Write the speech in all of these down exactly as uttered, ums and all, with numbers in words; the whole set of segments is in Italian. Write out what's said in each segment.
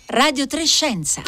Radio tre Scienza.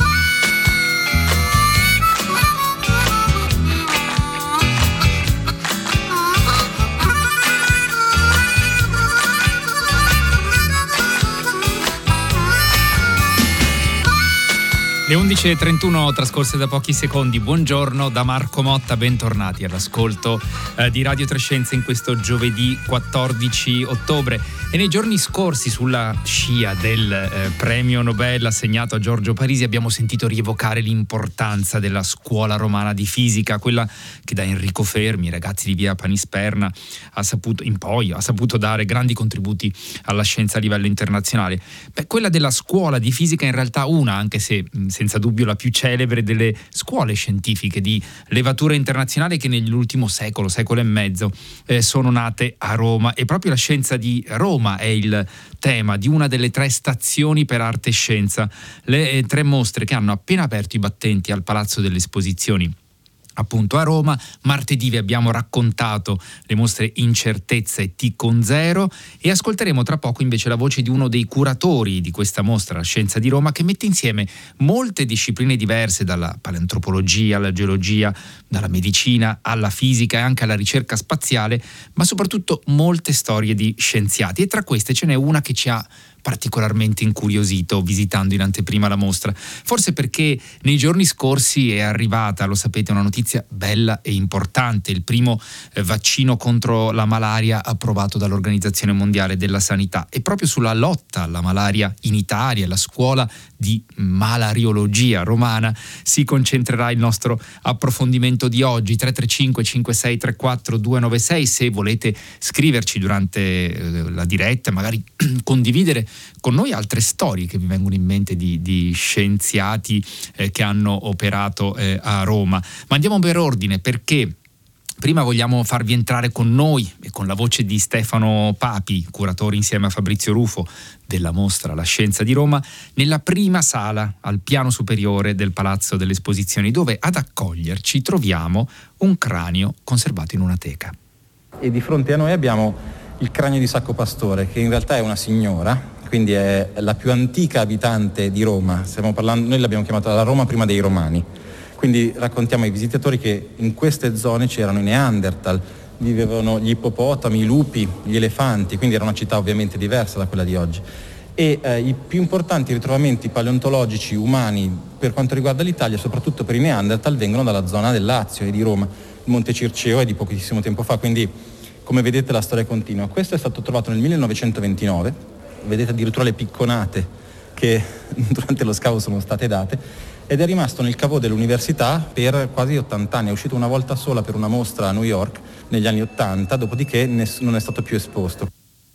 Le undici e trentuno trascorse da pochi secondi. Buongiorno da Marco Motta, bentornati all'ascolto eh, di Radio tre Scienze in questo giovedì quattordici ottobre. E nei giorni scorsi, sulla scia del eh, premio Nobel assegnato a Giorgio Parisi, abbiamo sentito rievocare l'importanza della scuola romana di fisica, quella che da Enrico Fermi, ragazzi di via Panisperna, ha saputo, in poi ha saputo dare grandi contributi alla scienza a livello internazionale. Beh, quella della scuola di fisica è in realtà una, anche se senza dubbio la più celebre delle scuole scientifiche di levatura internazionale che nell'ultimo secolo, secolo e mezzo eh, sono nate a Roma, e proprio la scienza di Roma è il tema di una delle tre stazioni per arte e scienza, le eh, tre mostre che hanno appena aperto i battenti al Palazzo delle Esposizioni appunto a Roma. Martedì vi abbiamo raccontato le mostre Incertezza e T con zero, e ascolteremo tra poco invece la voce di uno dei curatori di questa mostra, la Scienza di Roma, che mette insieme molte discipline diverse, dalla paleantropologia alla geologia, dalla medicina alla fisica e anche alla ricerca spaziale, ma soprattutto molte storie di scienziati, e tra queste ce n'è una che ci ha particolarmente incuriosito visitando in anteprima la mostra, forse perché nei giorni scorsi è arrivata, lo sapete, una notizia bella e importante: il primo eh, vaccino contro la malaria approvato dall'Organizzazione Mondiale della Sanità. E proprio sulla lotta alla malaria in Italia, la scuola di malariologia romana, si concentrerà il nostro approfondimento di oggi. Tre tre cinque cinque sei tre quattro due nove sei, se volete scriverci durante eh, la diretta, magari condividere con noi altre storie che vi vengono in mente di, di scienziati eh, che hanno operato eh, a Roma. Ma andiamo per ordine, perché prima vogliamo farvi entrare con noi e con la voce di Stefano Papi, curatore insieme a Fabrizio Rufo della mostra La Scienza di Roma, nella prima sala al piano superiore del Palazzo delle Esposizioni, dove ad accoglierci troviamo un cranio conservato in una teca. E di fronte a noi abbiamo il cranio di Sacco Pastore, che in realtà è una signora, quindi è la più antica abitante di Roma. Stiamo parlando, noi l'abbiamo chiamata la Roma prima dei Romani. Quindi raccontiamo ai visitatori che in queste zone c'erano i Neanderthal, vivevano gli ippopotami, i lupi, gli elefanti, quindi era una città ovviamente diversa da quella di oggi. E eh, i più importanti ritrovamenti paleontologici umani per quanto riguarda l'Italia, soprattutto per i Neanderthal, vengono dalla zona del Lazio e di Roma. Il Monte Circeo è di pochissimo tempo fa, quindi come vedete la storia continua. Questo è stato trovato nel millenovecentoventinove, vedete addirittura le picconate che durante lo scavo sono state date, ed è rimasto nel cavò dell'università per quasi ottanta anni. È uscito una volta sola per una mostra a New York negli anni ottanta, dopodiché non è stato più esposto.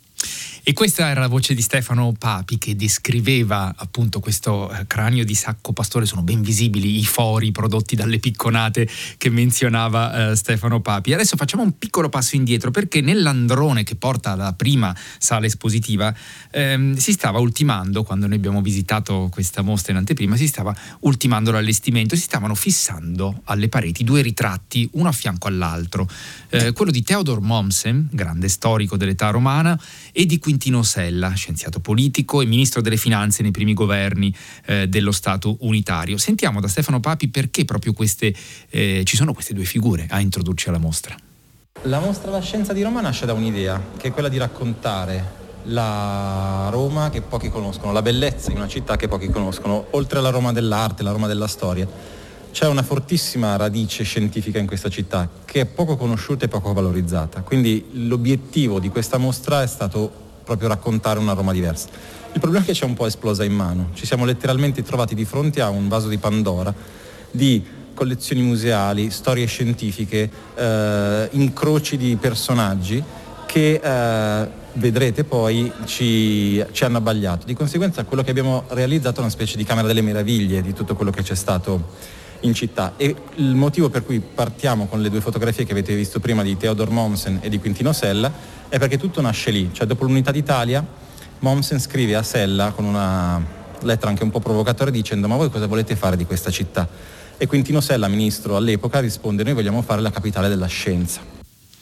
E questa era la voce di Stefano Papi, che descriveva appunto questo cranio di Sacco Pastore. Sono ben visibili i fori prodotti dalle picconate che menzionava eh, Stefano Papi. Adesso facciamo un piccolo passo indietro, perché nell'androne che porta alla prima sala espositiva ehm, si stava ultimando, quando noi abbiamo visitato questa mostra in anteprima, si stava ultimando l'allestimento, si stavano fissando alle pareti due ritratti, uno a fianco all'altro, eh, quello di Theodor Mommsen, grande storico dell'età romana, e di Quintino Sella, scienziato politico e ministro delle finanze nei primi governi eh, dello Stato unitario. Sentiamo da Stefano Papi perché proprio queste eh, ci sono queste due figure a introdurci alla mostra. La mostra La Scienza di Roma nasce da un'idea, che è quella di raccontare la Roma che pochi conoscono, la bellezza di una città che pochi conoscono. Oltre alla Roma dell'arte, la Roma della storia, c'è una fortissima radice scientifica in questa città che è poco conosciuta e poco valorizzata. Quindi l'obiettivo di questa mostra è stato proprio raccontare una Roma diversa. Il problema è che ci è un po' esplosa in mano. Ci siamo letteralmente trovati di fronte a un vaso di Pandora di collezioni museali, storie scientifiche, eh, incroci di personaggi che eh, vedrete poi ci, ci hanno abbagliato. Di conseguenza quello che abbiamo realizzato è una specie di camera delle meraviglie di tutto quello che c'è stato in città, e il motivo per cui partiamo con le due fotografie che avete visto prima di Theodor Mommsen e di Quintino Sella è perché tutto nasce lì. Cioè, dopo l'unità d'Italia, Mommsen scrive a Sella con una lettera anche un po' provocatoria dicendo: ma voi cosa volete fare di questa città? E Quintino Sella, ministro all'epoca, risponde: noi vogliamo fare la capitale della scienza.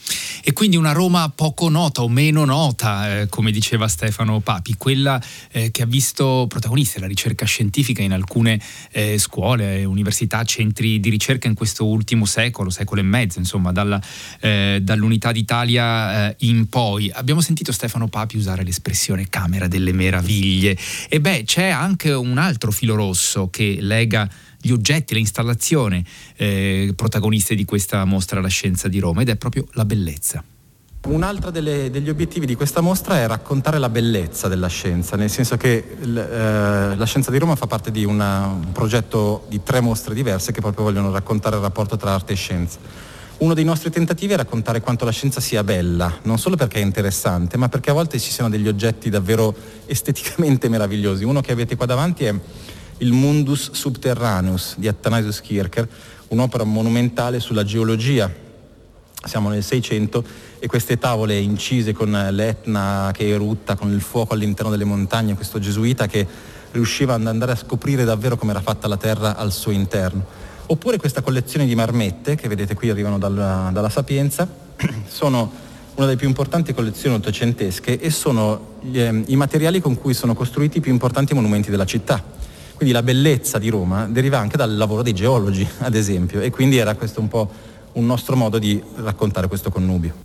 E quindi una Roma poco nota o meno nota, eh, come diceva Stefano Papi, quella eh, che ha visto protagoniste la ricerca scientifica in alcune eh, scuole, università, centri di ricerca in questo ultimo secolo, secolo e mezzo, insomma, dalla, eh, dall'Unità d'Italia eh, in poi. Abbiamo sentito Stefano Papi usare l'espressione Camera delle Meraviglie. E beh, c'è anche un altro filo rosso che lega gli oggetti, le installazioni eh, protagoniste di questa mostra La Scienza di Roma, ed è proprio la bellezza. Un altro delle, degli obiettivi di questa mostra è raccontare la bellezza della scienza, nel senso che eh, la Scienza di Roma fa parte di una, un progetto di tre mostre diverse che proprio vogliono raccontare il rapporto tra arte e scienza. Uno dei nostri tentativi è raccontare quanto la scienza sia bella, non solo perché è interessante, ma perché a volte ci siano degli oggetti davvero esteticamente meravigliosi. Uno che avete qua davanti è il Mundus Subterraneus di Athanasius Kircher, un'opera monumentale sulla geologia. Siamo nel Seicento e queste tavole incise con l'Etna che erutta, con il fuoco all'interno delle montagne, questo gesuita che riusciva ad andare a scoprire davvero come era fatta la terra al suo interno. Oppure questa collezione di marmette che vedete qui arrivano dalla, dalla Sapienza, sono una delle più importanti collezioni ottocentesche e sono gli, eh, i materiali con cui sono costruiti i più importanti monumenti della città. Quindi la bellezza di Roma deriva anche dal lavoro dei geologi, ad esempio, e quindi era questo un po' un nostro modo di raccontare questo connubio.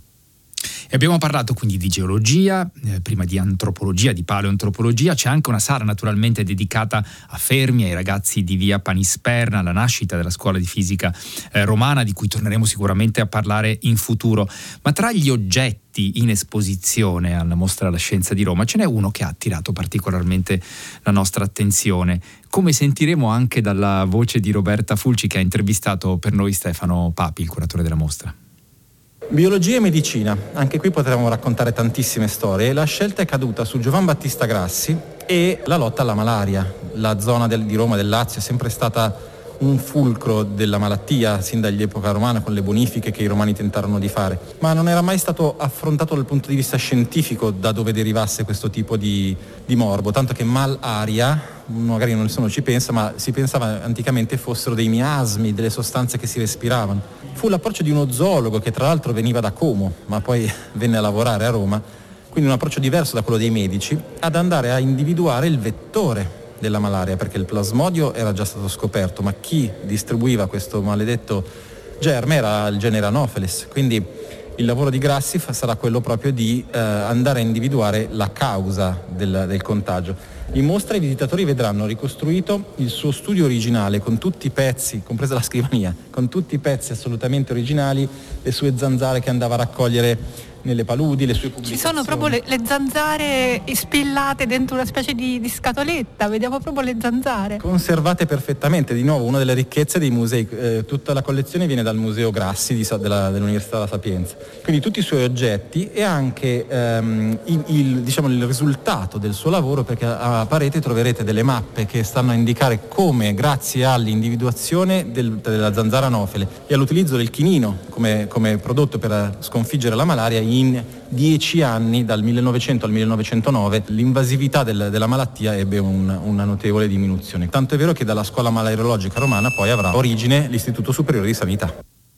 E abbiamo parlato quindi di geologia, eh, prima di antropologia, di paleoantropologia. C'è anche una sala naturalmente dedicata a Fermi, ai ragazzi di via Panisperna, alla nascita della scuola di fisica eh, romana, di cui torneremo sicuramente a parlare in futuro. Ma tra gli oggetti in esposizione alla mostra La Scienza di Roma ce n'è uno che ha attirato particolarmente la nostra attenzione, come sentiremo anche dalla voce di Roberta Fulci, che ha intervistato per noi Stefano Papi, il curatore della mostra. Biologia e medicina, anche qui potremmo raccontare tantissime storie. La scelta è caduta su Giovan Battista Grassi e la lotta alla malaria. La zona del, di Roma, del Lazio, è sempre stata un fulcro della malattia sin dall'epoca romana, con le bonifiche che i romani tentarono di fare, ma non era mai stato affrontato dal punto di vista scientifico da dove derivasse questo tipo di, di morbo, tanto che malaria, magari nessuno ci pensa, ma si pensava anticamente fossero dei miasmi, delle sostanze che si respiravano. Fu l'approccio di uno zoologo che tra l'altro veniva da Como, ma poi venne a lavorare a Roma, quindi un approccio diverso da quello dei medici, ad andare a individuare il vettore della malaria, perché il plasmodio era già stato scoperto, ma chi distribuiva questo maledetto germe era il genere Anopheles. Quindi il lavoro di Grassi sarà quello proprio di eh, andare a individuare la causa del, del contagio. In mostra i visitatori vedranno ricostruito il suo studio originale con tutti i pezzi, compresa la scrivania, con tutti i pezzi assolutamente originali, le sue zanzare che andava a raccogliere nelle paludi, le sue pubblicazioni. Ci sono proprio le, le zanzare spillate dentro una specie di, di scatoletta, vediamo proprio le zanzare. Conservate perfettamente, di nuovo una delle ricchezze dei musei, eh, tutta la collezione viene dal Museo Grassi di, della, dell'Università della Sapienza, quindi tutti i suoi oggetti e anche ehm, il, il, diciamo, il risultato del suo lavoro, perché a parete troverete delle mappe che stanno a indicare come, grazie all'individuazione del, della zanzara anofele e all'utilizzo del chinino come, come prodotto per sconfiggere la malaria, in dieci anni, dal millenovecento al millenovecentonove, l'invasività del, della malattia ebbe un, una notevole diminuzione. Tanto è vero che dalla scuola malariologica romana poi avrà origine l'Istituto Superiore di Sanità.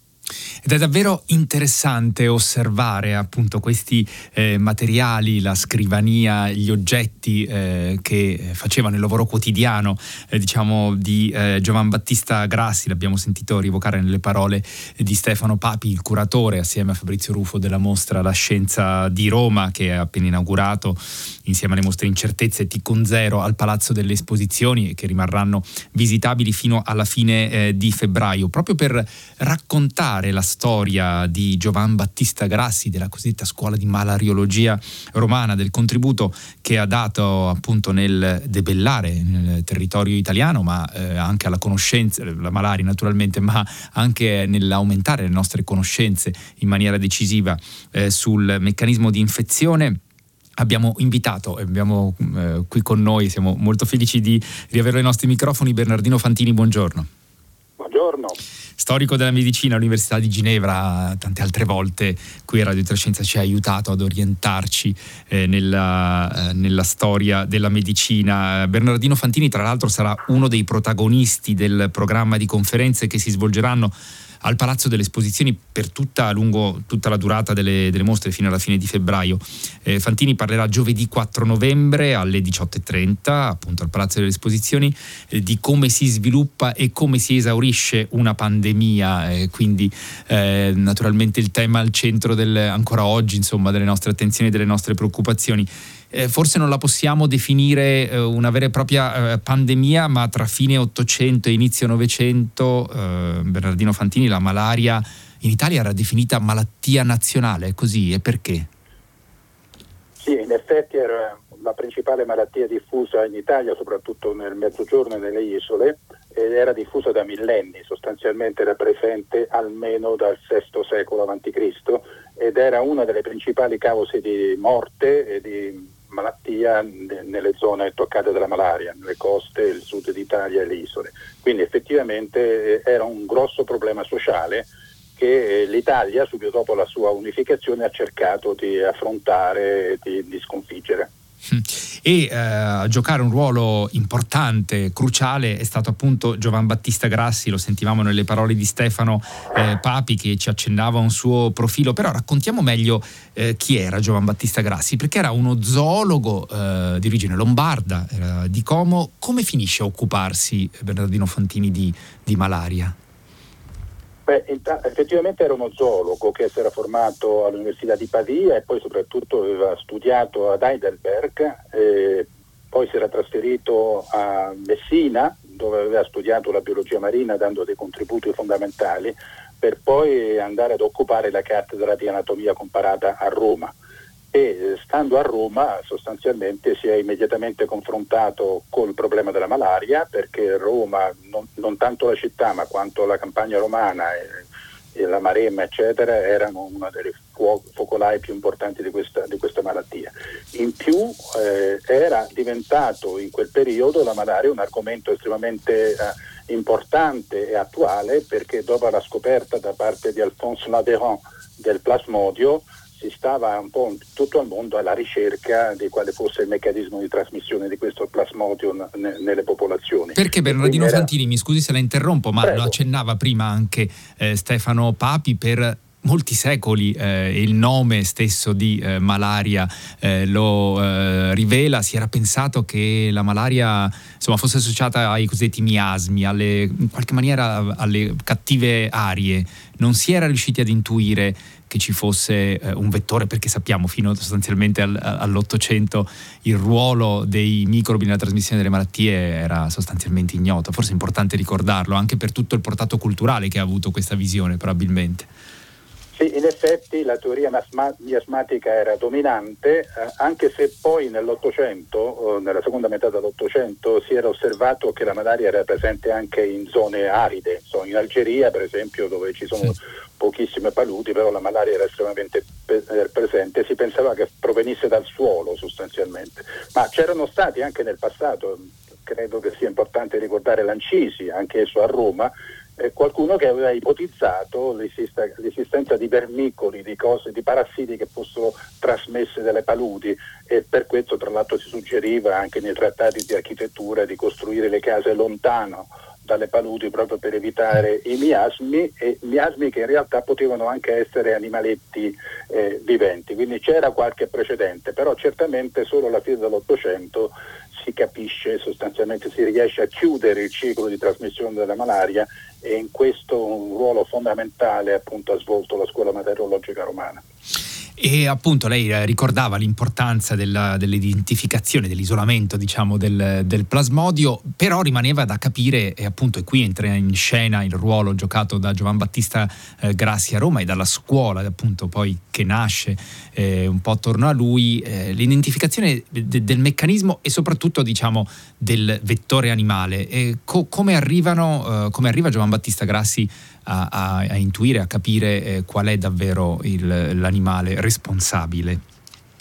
Ed è davvero interessante osservare appunto questi eh, materiali, la scrivania, gli oggetti eh, che facevano il lavoro quotidiano eh, diciamo di eh, Giovan Battista Grassi. L'abbiamo sentito rivocare nelle parole di Stefano Papi, il curatore assieme a Fabrizio Rufo della mostra La Scienza di Roma, che è appena inaugurato insieme alle mostre Incertezze T con Zero al Palazzo delle Esposizioni, e che rimarranno visitabili fino alla fine eh, di febbraio, proprio per raccontare la storia di Giovan Battista Grassi, della cosiddetta scuola di malariologia romana, del contributo che ha dato appunto nel debellare nel territorio italiano, ma eh, anche alla conoscenza, la malaria naturalmente, ma anche nell'aumentare le nostre conoscenze in maniera decisiva eh, sul meccanismo di infezione. Abbiamo invitato, abbiamo eh, qui con noi, siamo molto felici di riavere ai nostri microfoni, Bernardino Fantini. Buongiorno. Buongiorno. Storico della medicina all'Università di Ginevra, tante altre volte qui a Radio Trescenza ci ha aiutato ad orientarci eh, nella, eh, nella storia della medicina. Bernardino Fantini tra l'altro sarà uno dei protagonisti del programma di conferenze che si svolgeranno al Palazzo delle Esposizioni per tutta, lungo tutta la durata delle, delle mostre fino alla fine di febbraio. Eh, Fantini parlerà giovedì quattro novembre alle diciotto e trenta appunto al Palazzo delle Esposizioni eh, di come si sviluppa e come si esaurisce una pandemia, eh, quindi eh, naturalmente il tema al centro del, ancora oggi insomma delle nostre attenzioni e delle nostre preoccupazioni. Eh, forse non la possiamo definire eh, una vera e propria eh, pandemia, ma tra fine Ottocento e inizio Novecento, eh, Bernardino Fantini, la malaria in Italia era definita malattia nazionale, così, e perché? Sì, in effetti era la principale malattia diffusa in Italia, soprattutto nel Mezzogiorno e nelle isole, ed era diffusa da millenni, sostanzialmente era presente almeno dal sesto secolo avanti Cristo ed era una delle principali cause di morte e di malattia nelle zone toccate dalla malaria, nelle coste, il sud d'Italia e le isole. Quindi effettivamente era un grosso problema sociale che l'Italia, subito dopo la sua unificazione, ha cercato di affrontare e di, di sconfiggere. E eh, a giocare un ruolo importante, cruciale, è stato appunto Giovan Battista Grassi. Lo sentivamo nelle parole di Stefano eh, Papi, che ci accennava un suo profilo. Però raccontiamo meglio eh, chi era Giovan Battista Grassi, perché era uno zoologo eh, di origine lombarda, era di Como. Come finisce a occuparsi Bernardino Fantini di, di malaria? Beh, effettivamente era uno zoologo che si era formato all'Università di Pavia e poi soprattutto aveva studiato ad Heidelberg, e poi si era trasferito a Messina, dove aveva studiato la biologia marina dando dei contributi fondamentali, per poi andare ad occupare la cattedra di anatomia comparata a Roma. E stando a Roma sostanzialmente si è immediatamente confrontato col problema della malaria, perché Roma, non, non tanto la città ma quanto la campagna romana e, e la Maremma eccetera erano una delle fo- focolai più importanti di questa, di questa malattia. In più eh, era diventato in quel periodo la malaria un argomento estremamente eh, importante e attuale, perché dopo la scoperta da parte di Alphonse Laveran del plasmodio si stava un po' in tutto il mondo alla ricerca di quale fosse il meccanismo di trasmissione di questo plasmodio n- nelle popolazioni. Perché Bernardino era... Fantini, mi scusi se la interrompo, ma Prego. Lo accennava prima anche eh, Stefano Papi, per molti secoli eh, il nome stesso di eh, malaria eh, lo eh, rivela. Si era pensato che la malaria insomma fosse associata ai cosiddetti miasmi, alle, in qualche maniera alle cattive arie. Non si era riusciti ad intuire che ci fosse eh, un vettore, perché sappiamo fino sostanzialmente al, all'Ottocento il ruolo dei microbi nella trasmissione delle malattie era sostanzialmente ignoto. Forse è importante ricordarlo anche per tutto il portato culturale che ha avuto questa visione, probabilmente. Sì, in effetti la teoria miasmatica era dominante, eh, anche se poi nell'Ottocento, eh, nella seconda metà dell'Ottocento, si era osservato che la malaria era presente anche in zone aride, so, in Algeria per esempio, dove ci sono sì. pochissime paludi, però la malaria era estremamente pe- presente, si pensava che provenisse dal suolo sostanzialmente, ma c'erano stati anche nel passato, credo che sia importante ricordare l'Ancisi, anche esso a Roma, Eh, qualcuno che aveva ipotizzato l'esist- l'esistenza di vermicoli, di cose, di parassiti che fossero trasmesse dalle paludi, e per questo tra l'altro si suggeriva anche nei trattati di architettura di costruire le case lontano dalle paludi proprio per evitare i miasmi, e miasmi che in realtà potevano anche essere animaletti eh, viventi, quindi c'era qualche precedente, però certamente solo alla fine dell'Ottocento si capisce, sostanzialmente si riesce a chiudere il ciclo di trasmissione della malaria, e in questo un ruolo fondamentale appunto ha svolto la scuola meteorologica romana. E appunto lei ricordava l'importanza della, dell'identificazione, dell'isolamento diciamo del, del plasmodio, però rimaneva da capire, e appunto e qui entra in scena il ruolo giocato da Giovan Battista eh, Grassi a Roma e dalla scuola appunto poi che nasce eh, un po' attorno a lui, eh, l'identificazione de, del meccanismo e soprattutto diciamo del vettore animale. E co- come arrivano, eh, come arriva Giovan Battista Grassi A, a, a intuire, a capire eh, qual è davvero il, l'animale responsabile?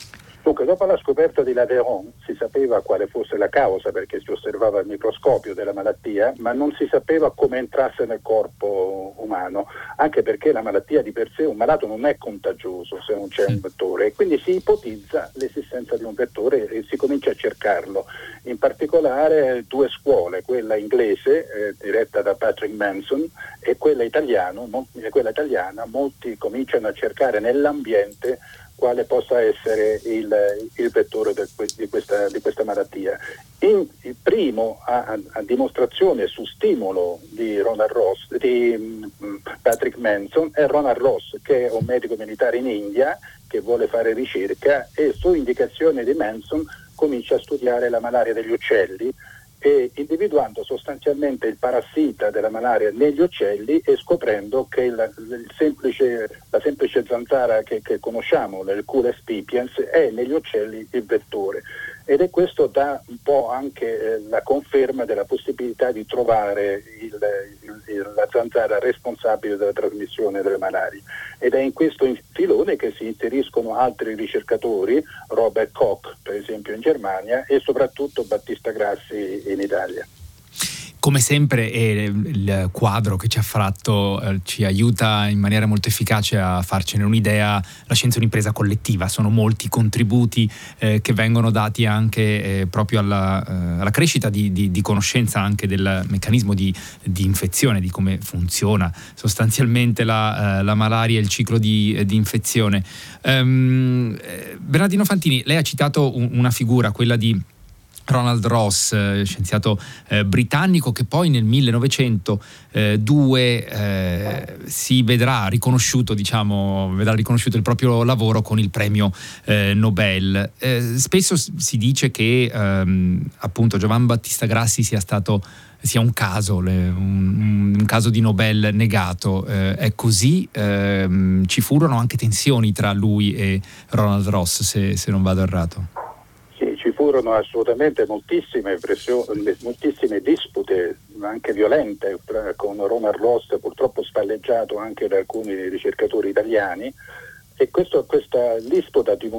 Dunque, dopo la scoperta di Laveron si sapeva quale fosse la causa, perché si osservava il microscopio della malattia, ma non si sapeva come entrasse nel corpo umano, anche perché la malattia di per sé, un malato non è contagioso se non c'è un vettore, e quindi si ipotizza l'esistenza di un vettore e si comincia a cercarlo. In particolare due scuole, quella inglese eh, diretta da Patrick Manson e quella, italiano, mo- quella italiana, molti cominciano a cercare nell'ambiente quale possa essere il, il vettore de, di, questa, di questa malattia. In, il primo a, a dimostrazione su stimolo di Ronald Ross, di um, Patrick Manson, è Ronald Ross, che è un medico militare in India che vuole fare ricerca e su indicazione di Manson comincia a studiare la malaria degli uccelli, e individuando sostanzialmente il parassita della malaria negli uccelli e scoprendo che il, il semplice, la semplice zanzara che, che conosciamo, l'Hercules pipiens, è negli uccelli il vettore. Ed è questo dà un po' anche eh, la conferma della possibilità di trovare il, il, la zanzara responsabile della trasmissione delle malarie. Ed è in questo filone che si inseriscono altri ricercatori, Robert Koch per esempio in Germania e soprattutto Battista Grassi in Italia. Come sempre eh, il quadro che ci ha affratto eh, ci aiuta in maniera molto efficace a farcene un'idea. La scienza è un'impresa collettiva, sono molti contributi eh, che vengono dati anche eh, proprio alla, eh, alla crescita di, di, di conoscenza anche del meccanismo di, di infezione, di come funziona sostanzialmente la, eh, la malaria e il ciclo di, di infezione. Um, Bernardino Fantini, lei ha citato un, una figura, quella di Ronald Ross, eh, scienziato eh, britannico, che poi nel millenovecentodue eh, si vedrà riconosciuto, diciamo, vedrà riconosciuto il proprio lavoro con il premio eh, Nobel. Eh, spesso si dice che ehm, appunto Giovan Battista Grassi sia stato sia un caso, le, un, un caso di Nobel negato. Eh, è così? Eh, ci furono anche tensioni tra lui e Ronald Ross, se, se non vado errato. Ci furono assolutamente moltissime pressioni, moltissime dispute, anche violente, con Ronald Ross, purtroppo spalleggiato anche da alcuni ricercatori italiani, e questo, questa disputa di,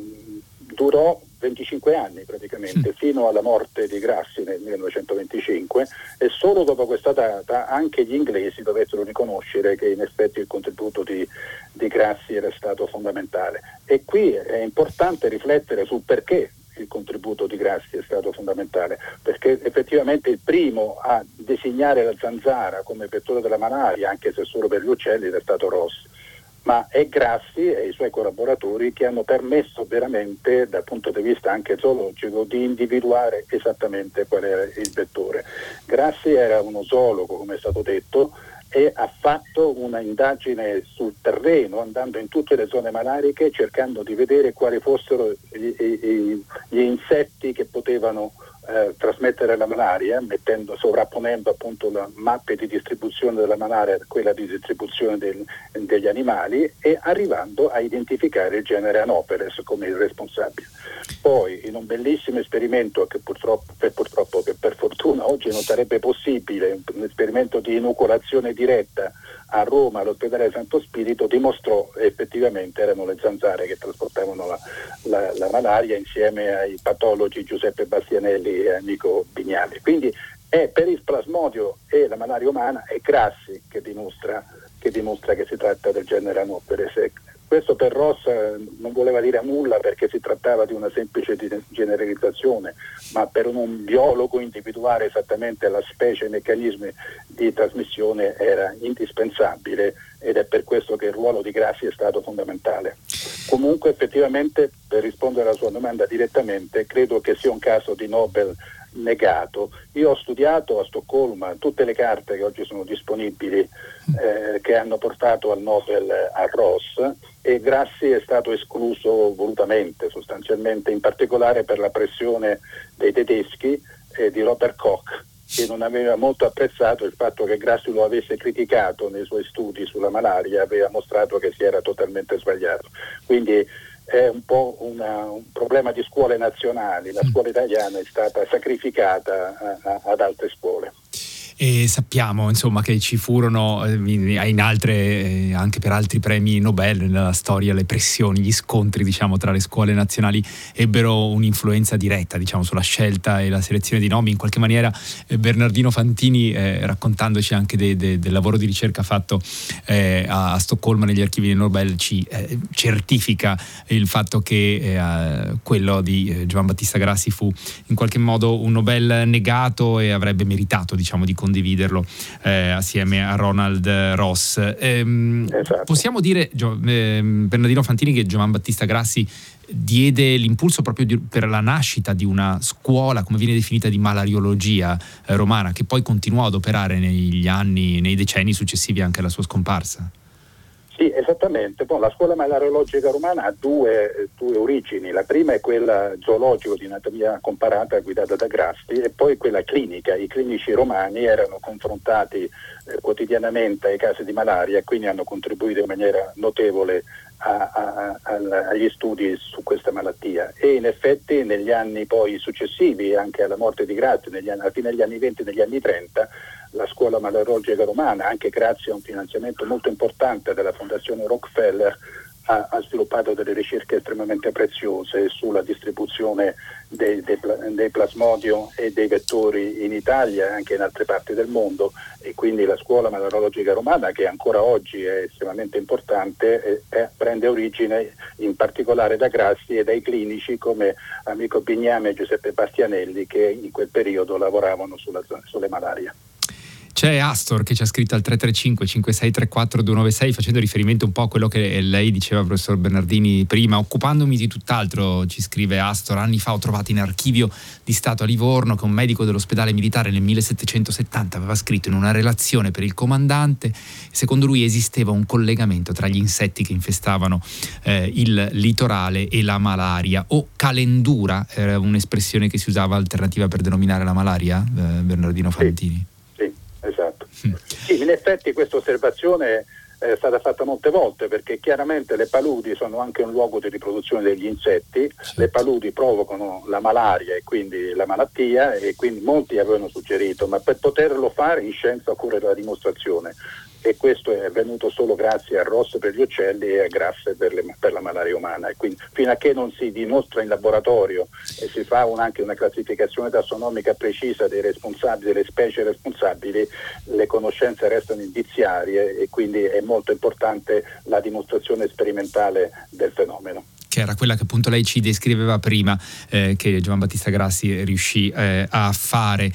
durò venticinque anni praticamente, fino alla morte di Grassi nel millenovecentoventicinque, e solo dopo questa data anche gli inglesi dovessero riconoscere che in effetti il contributo di, di Grassi era stato fondamentale. E qui è importante riflettere sul perché il contributo di Grassi è stato fondamentale, perché effettivamente il primo a designare la zanzara come vettore della malaria, anche se solo per gli uccelli, è stato Ross, ma è Grassi e i suoi collaboratori che hanno permesso veramente, dal punto di vista anche zoologico, di individuare esattamente qual era il vettore. Grassi era uno zoologo, come è stato detto, e ha fatto una indagine sul terreno, andando in tutte le zone malariche, cercando di vedere quali fossero gli, gli, gli insetti che potevano eh, trasmettere la malaria, mettendo, sovrapponendo appunto le mappe di distribuzione della malaria a quella di distribuzione del, degli animali, e arrivando a identificare il genere Anopheles come il responsabile. Poi, in un bellissimo esperimento che purtroppo, per, purtroppo che per fortuna oggi non sarebbe possibile, un esperimento di inoculazione diretta a Roma all'ospedale Santo Spirito, dimostrò effettivamente erano le zanzare che trasportavano la, la, la malaria, insieme ai patologi Giuseppe Bastianelli e Nico Bignali. Quindi è per il plasmodio e la malaria umana è Grassi che dimostra che dimostra che si tratta del genere Anopheles. Questo per Ross non voleva dire nulla, perché si trattava di una semplice generalizzazione, ma per un biologo individuare esattamente la specie e i meccanismi di trasmissione era indispensabile, ed è per questo che il ruolo di Grassi è stato fondamentale. Comunque, effettivamente, per rispondere alla sua domanda direttamente, credo che sia un caso di Nobel negato. Io ho studiato a Stoccolma tutte le carte che oggi sono disponibili eh, che hanno portato al Nobel a Ross, e Grassi è stato escluso volutamente, sostanzialmente, in particolare per la pressione dei tedeschi e di Robert Koch, che non aveva molto apprezzato il fatto che Grassi lo avesse criticato nei suoi studi sulla malaria, aveva mostrato che si era totalmente sbagliato. Quindi è un po' una, un problema di scuole nazionali, la scuola italiana è stata sacrificata a, a, ad altre scuole. E sappiamo insomma che ci furono eh, in altre, eh, anche per altri premi Nobel nella storia, le pressioni, gli scontri diciamo tra le scuole nazionali ebbero un'influenza diretta diciamo sulla scelta e la selezione di nomi. In qualche maniera eh, Bernardino Fantini eh, raccontandoci anche de, de, del lavoro di ricerca fatto eh, a, a Stoccolma negli archivi del Nobel ci eh, certifica il fatto che eh, quello di eh, Giovan Battista Grassi fu in qualche modo un Nobel negato e avrebbe meritato diciamo di condividerlo eh, assieme a Ronald Ross. Ehm, esatto. Possiamo dire, Gio, eh, Bernardino Fantini, che Giovan Battista Grassi diede l'impulso proprio di, per la nascita di una scuola, come viene definita, di malariologia eh, romana, che poi continuò ad operare negli anni, nei decenni successivi anche alla sua scomparsa. Sì, esattamente. Bon, la scuola malariologica romana ha due, due origini. La prima è quella zoologica di anatomia comparata guidata da Grassi, e poi quella clinica. I clinici romani erano confrontati eh, quotidianamente ai casi di malaria e quindi hanno contribuito in maniera notevole a, a, a, agli studi su questa malattia. E in effetti negli anni poi successivi, anche alla morte di Grassi, negli anni, alla fine degli anni venti e negli anni trenta, la scuola malariologica romana, anche grazie a un finanziamento molto importante della Fondazione Rockefeller, ha, ha sviluppato delle ricerche estremamente preziose sulla distribuzione dei, dei, dei plasmodium e dei vettori in Italia e anche in altre parti del mondo, e quindi la scuola malariologica romana, che ancora oggi è estremamente importante, è, è, prende origine in particolare da Grassi e dai clinici come Amico Bignami e Giuseppe Bastianelli, che in quel periodo lavoravano sulla, sulle malarie. C'è Astor che ci ha scritto al tre tre cinque cinque sei tre quattro due nove sei facendo riferimento un po' a quello che lei diceva, professor Bernardini, prima. Occupandomi di tutt'altro, ci scrive Astor, anni fa ho trovato in archivio di Stato a Livorno che un medico dell'ospedale militare nel millesettecentosettanta aveva scritto in una relazione per il comandante. Secondo lui esisteva un collegamento tra gli insetti che infestavano eh, il litorale e la malaria, o calendura, era un'espressione che si usava alternativa per denominare la malaria, eh, Bernardino Fantini. Sì. Esatto. Sì, in effetti questa osservazione è stata fatta molte volte, perché chiaramente le paludi sono anche un luogo di riproduzione degli insetti. Certo. Le paludi provocano la malaria e quindi la malattia, e quindi molti avevano suggerito, ma per poterlo fare in scienza occorre la dimostrazione, e questo è avvenuto solo grazie a Ross per gli uccelli e a Grassi per, le, per la malaria umana. E quindi fino a che non si dimostra in laboratorio e si fa un, anche una classificazione tassonomica precisa dei responsabili, delle specie responsabili, le conoscenze restano indiziarie, e quindi è molto importante la dimostrazione sperimentale del fenomeno, che era quella che appunto lei ci descriveva prima, eh, che Giovan Battista Grassi riuscì eh, a fare.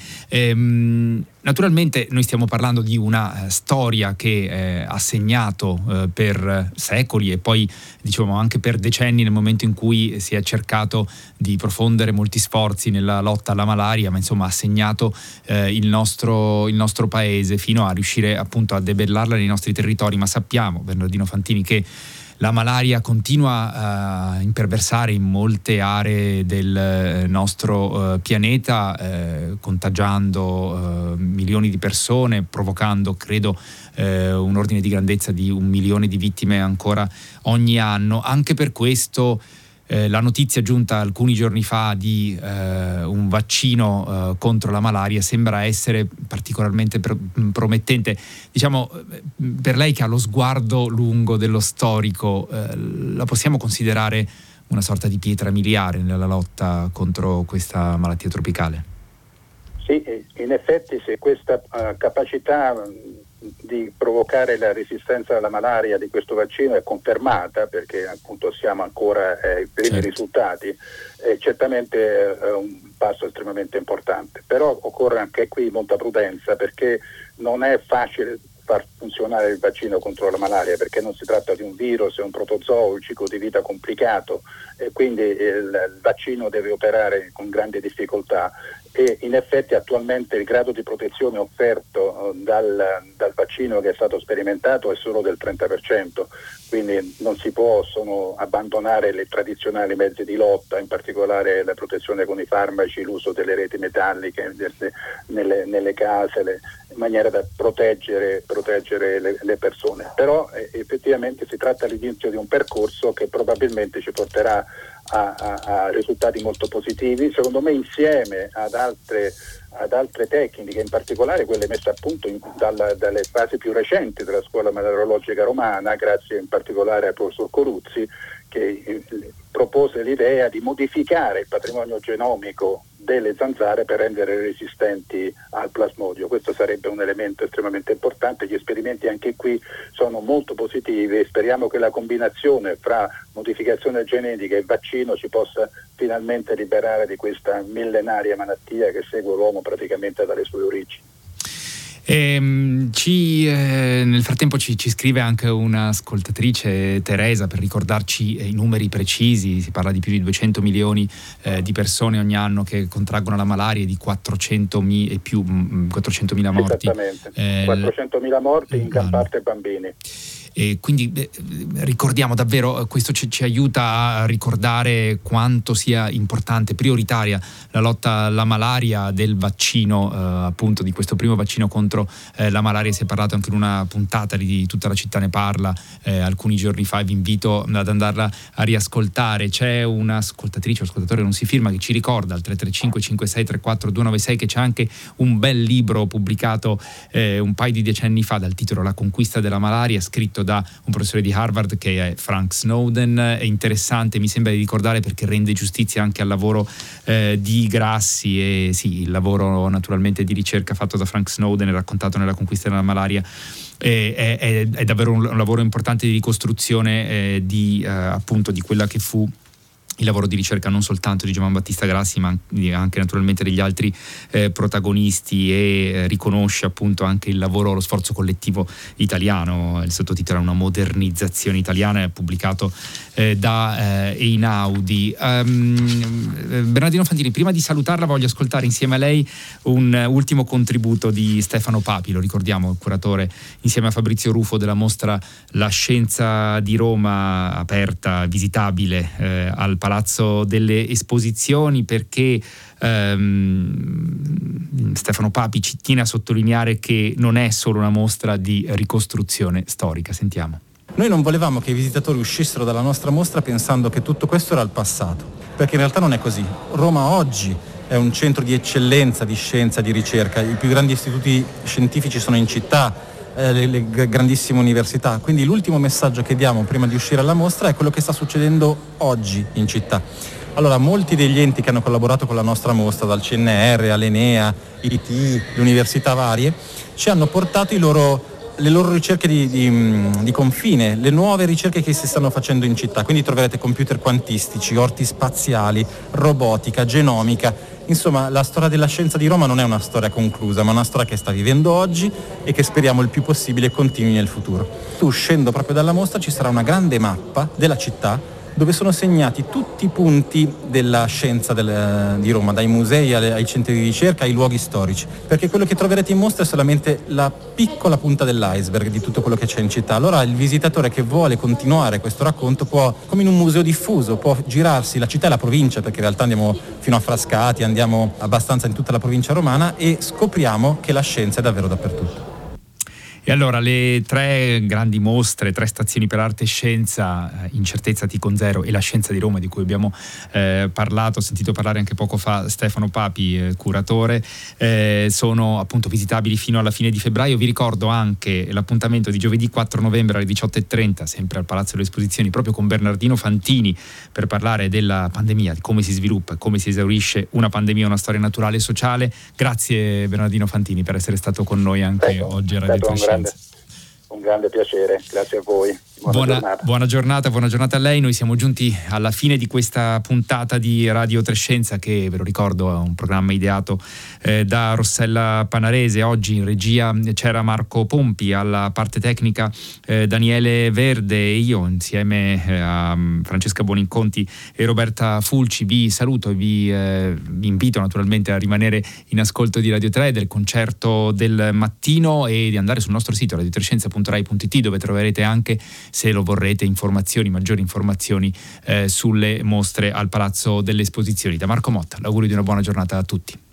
Ehm, naturalmente noi stiamo parlando di una eh, storia che eh, ha segnato eh, per secoli e poi diciamo anche per decenni, nel momento in cui si è cercato di profondere molti sforzi nella lotta alla malaria, ma insomma ha segnato eh, il nostro, il nostro paese fino a riuscire appunto a debellarla nei nostri territori. Ma sappiamo, Bernardino Fantini, che la malaria continua a imperversare in molte aree del nostro uh, pianeta, eh, contagiando uh, milioni di persone, provocando, credo, eh, un ordine di grandezza di un milione di vittime ancora ogni anno. Anche per questo Eh, la notizia giunta alcuni giorni fa di eh, un vaccino eh, contro la malaria sembra essere particolarmente pro- promettente. Diciamo, per lei che ha lo sguardo lungo dello storico, eh, la possiamo considerare una sorta di pietra miliare nella lotta contro questa malattia tropicale? Sì, in effetti se questa uh, capacità di provocare la resistenza alla malaria di questo vaccino è confermata, perché appunto siamo ancora ai primi certo. risultati, è certamente è un passo estremamente importante. Però occorre anche qui molta prudenza, perché non è facile far funzionare il vaccino contro la malaria, perché non si tratta di un virus, è un protozoo, un ciclo di vita complicato, e quindi il, il vaccino deve operare con grande difficoltà, e in effetti attualmente il grado di protezione offerto dal, dal vaccino che è stato sperimentato è solo del trenta per cento, quindi non si possono abbandonare le tradizionali mezzi di lotta, in particolare la protezione con i farmaci, l'uso delle reti metalliche nelle, nelle case, le, in maniera da proteggere, proteggere le, le persone. Però eh, effettivamente si tratta all'inizio di un percorso che probabilmente ci porterà a, a, a risultati molto positivi. Secondo me insieme ad altre ad altre tecniche, in particolare quelle messe a punto in, dalla, dalle fasi più recenti della scuola meteorologica romana, grazie in particolare al professor Coruzzi, che eh, propose l'idea di modificare il patrimonio genomico delle zanzare per rendere resistenti al plasmodio. Questo sarebbe un elemento estremamente importante. Gli esperimenti anche qui sono molto positivi e speriamo che la combinazione fra modificazione genetica e vaccino ci possa finalmente liberare di questa millenaria malattia che segue l'uomo praticamente dalle sue origini. E, ci, eh, nel frattempo ci, ci scrive anche un'ascoltatrice, Teresa, per ricordarci i numeri precisi. Si parla di più di duecento milioni eh, di persone ogni anno che contraggono la malaria e di quattrocentomila e più quattrocentomila morti. Esattamente, eh, quattrocentomila morti, in gran parte bambini. E quindi eh, ricordiamo davvero, questo ci, ci aiuta a ricordare quanto sia importante, prioritaria la lotta alla malaria, del vaccino, eh, appunto di questo primo vaccino contro eh, la malaria. Si è parlato anche in una puntata di Tutta la città ne parla eh, alcuni giorni fa, e vi invito ad andarla a riascoltare. C'è un'ascoltatrice o ascoltatore, non si firma, che ci ricorda al tre tre cinque cinque sei tre quattro due nove sei che c'è anche un bel libro pubblicato eh, un paio di decenni fa dal titolo La conquista della malaria, scritto da un professore di Harvard che è Frank Snowden. È interessante, mi sembra di ricordare, perché rende giustizia anche al lavoro eh, di Grassi, e sì, il lavoro naturalmente di ricerca fatto da Frank Snowden e raccontato nella conquista della malaria è, è, è davvero un, un lavoro importante di ricostruzione eh, di eh, appunto di quella che fu il lavoro di ricerca non soltanto di Giovan Battista Grassi, ma anche naturalmente degli altri eh, protagonisti, e eh, riconosce appunto anche il lavoro, lo sforzo collettivo italiano. Il sottotitolo è Una modernizzazione italiana, è pubblicato eh, da eh, Einaudi. Um, Bernardino Fantini, prima di salutarla voglio ascoltare insieme a lei un ultimo contributo di Stefano Papi, lo ricordiamo, il curatore insieme a Fabrizio Rufo della mostra La Scienza di Roma, aperta, visitabile eh, al Palazzo delle Esposizioni, perché ehm, Stefano Papi ci tiene a sottolineare che non è solo una mostra di ricostruzione storica. Sentiamo. Noi non volevamo che i visitatori uscissero dalla nostra mostra pensando che tutto questo era il passato, perché in realtà non è così. Roma oggi è un centro di eccellenza, di scienza, di ricerca. I più grandi istituti scientifici sono in città, Le, le grandissime università. Quindi l'ultimo messaggio che diamo prima di uscire alla mostra è quello che sta succedendo oggi in città. Allora, molti degli enti che hanno collaborato con la nostra mostra, dal C N R all'Enea, I T, le università varie, ci hanno portato i loro le loro ricerche di, di, di confine, le nuove ricerche che si stanno facendo in città. Quindi troverete computer quantistici, orti spaziali, robotica, genomica. Insomma, la storia della scienza di Roma non è una storia conclusa, ma una storia che sta vivendo oggi e che speriamo il più possibile continui nel futuro. Uscendo proprio dalla mostra ci sarà una grande mappa della città dove sono segnati tutti i punti della scienza del, di Roma, dai musei alle, ai centri di ricerca, ai luoghi storici, perché quello che troverete in mostra è solamente la piccola punta dell'iceberg di tutto quello che c'è in città. Allora il visitatore che vuole continuare questo racconto può, come in un museo diffuso, può girarsi la città e la provincia, perché in realtà andiamo fino a Frascati, andiamo abbastanza in tutta la provincia romana e scopriamo che la scienza è davvero dappertutto. E allora le tre grandi mostre, tre stazioni per arte e scienza, Incertezza T con Zero e La Scienza di Roma, di cui abbiamo eh, parlato, ho sentito parlare anche poco fa Stefano Papi, eh, curatore, eh, sono appunto visitabili fino alla fine di febbraio. Vi ricordo anche l'appuntamento di giovedì quattro novembre alle diciotto e trenta, sempre al Palazzo delle Esposizioni, proprio con Bernardino Fantini, per parlare della pandemia, di come si sviluppa, come si esaurisce una pandemia, una storia naturale e sociale. Grazie Bernardino Fantini per essere stato con noi anche Prego, oggi a Radio tre Scienze. Un grande piacere, grazie a voi. Buona, buona, giornata. buona giornata, buona giornata a lei. Noi siamo giunti alla fine di questa puntata di Radio tre Scienza, che ve lo ricordo è un programma ideato eh, da Rossella Panarese. Oggi in regia c'era Marco Pompi, alla parte tecnica eh, Daniele Verde, e io insieme eh, a Francesca Buoninconti e Roberta Fulci vi saluto e vi, eh, vi invito naturalmente a rimanere in ascolto di Radio tre, del concerto del mattino, e di andare sul nostro sito radio tre scienza punto rai punto it, dove troverete anche, se lo vorrete, informazioni, maggiori informazioni eh, sulle mostre al Palazzo delle Esposizioni. Da Marco Motta, l'augurio di una buona giornata a tutti.